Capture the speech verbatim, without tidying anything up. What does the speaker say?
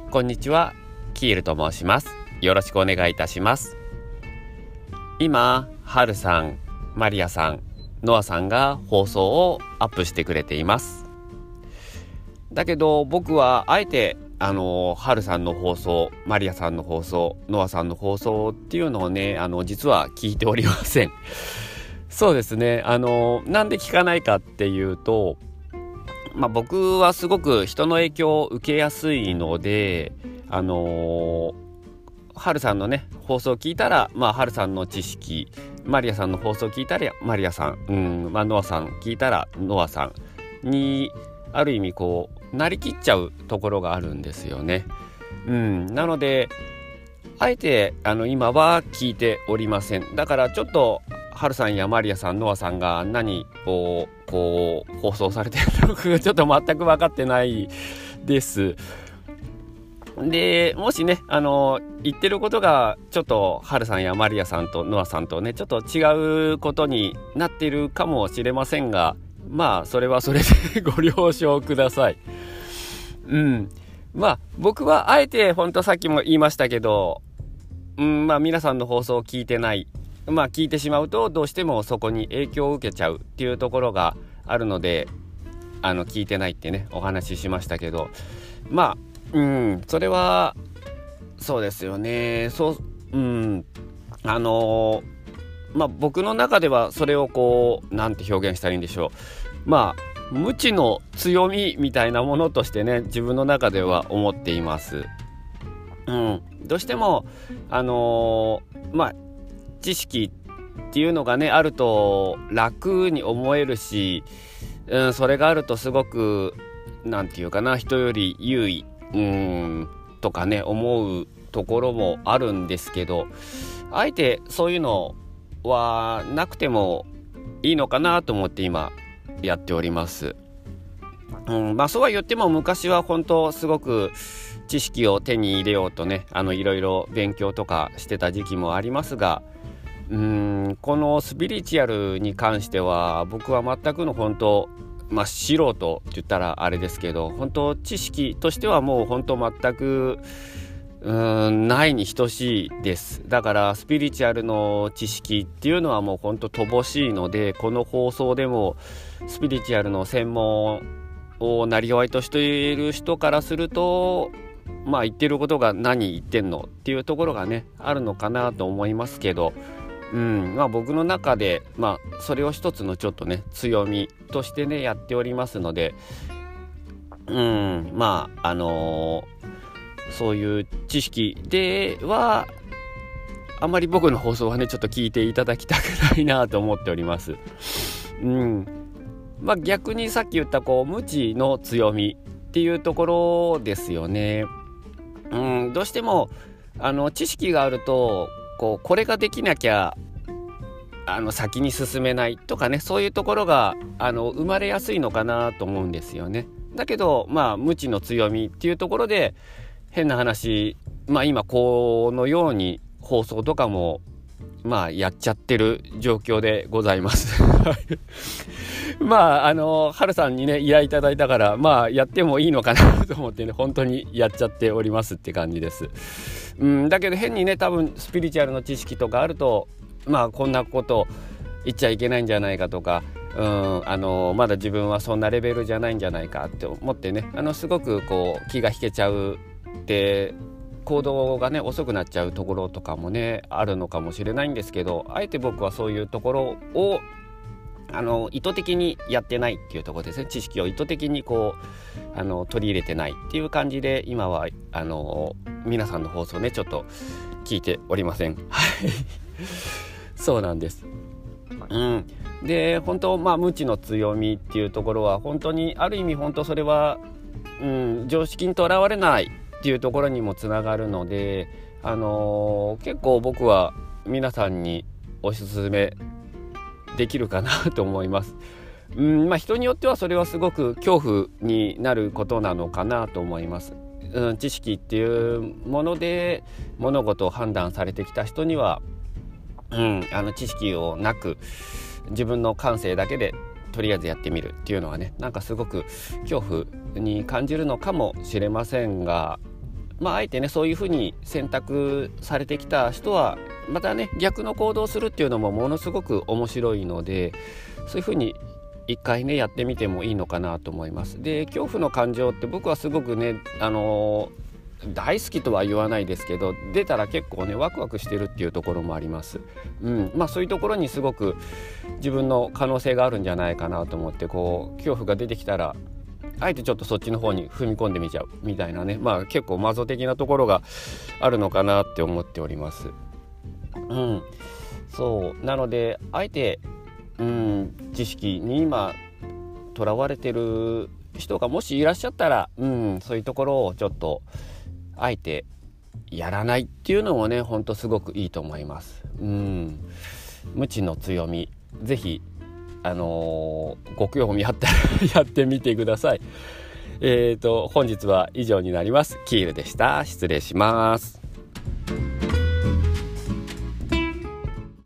こんにちは、キールと申します。よろしくお願いいたします。今、はるさん、マリアさん、ノアさんが放送をアップしてくれています。だけど僕はあえてあのはるさんの放送、マリアさんの放送、ノアさんの放送っていうのをね、あの実は聞いておりません。そうですね、あのなんで聞かないかっていうと、まあ、僕はすごく人の影響を受けやすいので、あのはるさんのね放送を聞いたら、まあ、はるさんの知識、マリアさんの放送を聞いたらマリアさん、うんまあ、ノアさん聞いたらノアさんにある意味こうなりきっちゃうところがあるんですよね。うん、なのであえてあの今は聞いておりません。だからちょっとはるさんやマリアさん、ノアさんが何をこう放送されているのかちょっと全く分かってないです。でもしねあの言ってることがちょっとはるさんやマリアさんとノアさんとねちょっと違うことになっているかもしれませんが、まあそれはそれでご了承ください。うんまあ僕はあえて本当さっきも言いましたけど、うんまあ皆さんの放送を聞いてない、まあ聞いてしまうとどうしてもそこに影響を受けちゃうっていうところがあるので、あの聞いてないってねお話ししましたけど、まあうんそれはそうですよね。そううんあのー、まあ僕の中ではそれをこうなんて表現したらいいんでしょう。まあ無知の強みみたいなものとしてね自分の中では思っています。うん、どうしてもあのー、まあ知識っていうのがねあると楽に思えるし、うん、それがあるとすごくなんていうかな人より優位うんとかね思うところもあるんですけど、あえてそういうのはなくてもいいのかなと思って今やっております。うん、まあそうは言っても昔は本当すごく知識を手に入れようとねあのいろいろ勉強とかしてた時期もありますが、うーんこのスピリチュアルに関しては僕は全くの本当まあ素人って言ったらあれですけど、本当知識としてはもう本当全くうーんないに等しいです。だからスピリチュアルの知識っていうのはもう本当乏しいので、この放送でもスピリチュアルの専門をなりわいとしている人からすると、まあ言ってることが何言ってんのっていうところがねあるのかなと思いますけど、うんまあ僕の中でまあそれを一つのちょっとね強みとしてねやっておりますので、うんまああのー、そういう知識ではあんまり僕の放送はねちょっと聞いていただきたくないなと思っております。うんまあ逆にさっき言ったこう無知の強みっていうところですよね。うんどうしてもあの知識があるとこうこれができなきゃあの先に進めないとかね、そういうところがあの生まれやすいのかなと思うんですよね。だけどまあ無知の強みっていうところで変な話、まあ今このように放送とかもまあやっちゃってる状況でございますまああのはるさんにね依頼いただいたからまあやってもいいのかなと思ってね本当にやっちゃっておりますって感じです。うんだけど変にね多分スピリチュアルの知識とかあるとまあこんなこと言っちゃいけないんじゃないかとか、うんあのまだ自分はそんなレベルじゃないんじゃないかって思ってねあのすごくこう気が引けちゃうで行動がね遅くなっちゃうところとかもねあるのかもしれないんですけど、あえて僕はそういうところをあの意図的にやってないっていうところですね。知識を意図的にこうあの取り入れてないっていう感じで今はあの皆さんの放送ねちょっと聞いておりません。はいそうなんです。うんで本当まあ無知の強みっていうところは本当にある意味本当それは、うん、常識にとらわれないっていうところにもつながるので、あのー、結構僕は皆さんにおすすめできるかなと思います。うんまあ、人によってはそれはすごく恐怖になることなのかなと思います。うん、知識っていうもので物事を判断されてきた人には、うん、あの知識をなく自分の感性だけでとりあえずやってみるっていうのはねなんかすごく恐怖に感じるのかもしれませんが、 まああえてねそういうふうに選択されてきた人はまたね逆の行動をするっていうのもものすごく面白いので、そういうふうに一回ねやってみてもいいのかなと思います。で恐怖の感情って僕はすごくねあのー大好きとは言わないですけど、出たら結構ねワクワクしてるっていうところもあります。うん、まあそういうところにすごく自分の可能性があるんじゃないかなと思って、こう恐怖が出てきたらあえてちょっとそっちの方に踏み込んでみちゃうみたいなね、まあ結構マゾ的なところがあるのかなって思っております。うん、そうなのであえて、うん、知識に今とらわれてる人がもしいらっしゃったら、うん、そういうところをちょっとあえてやらないっていうのもねほんとすごくいいと思います。うん、無知の強み、ぜひあのー、ご興味あったらやってみてください。えーと本日は以上になります。キールでした。失礼します。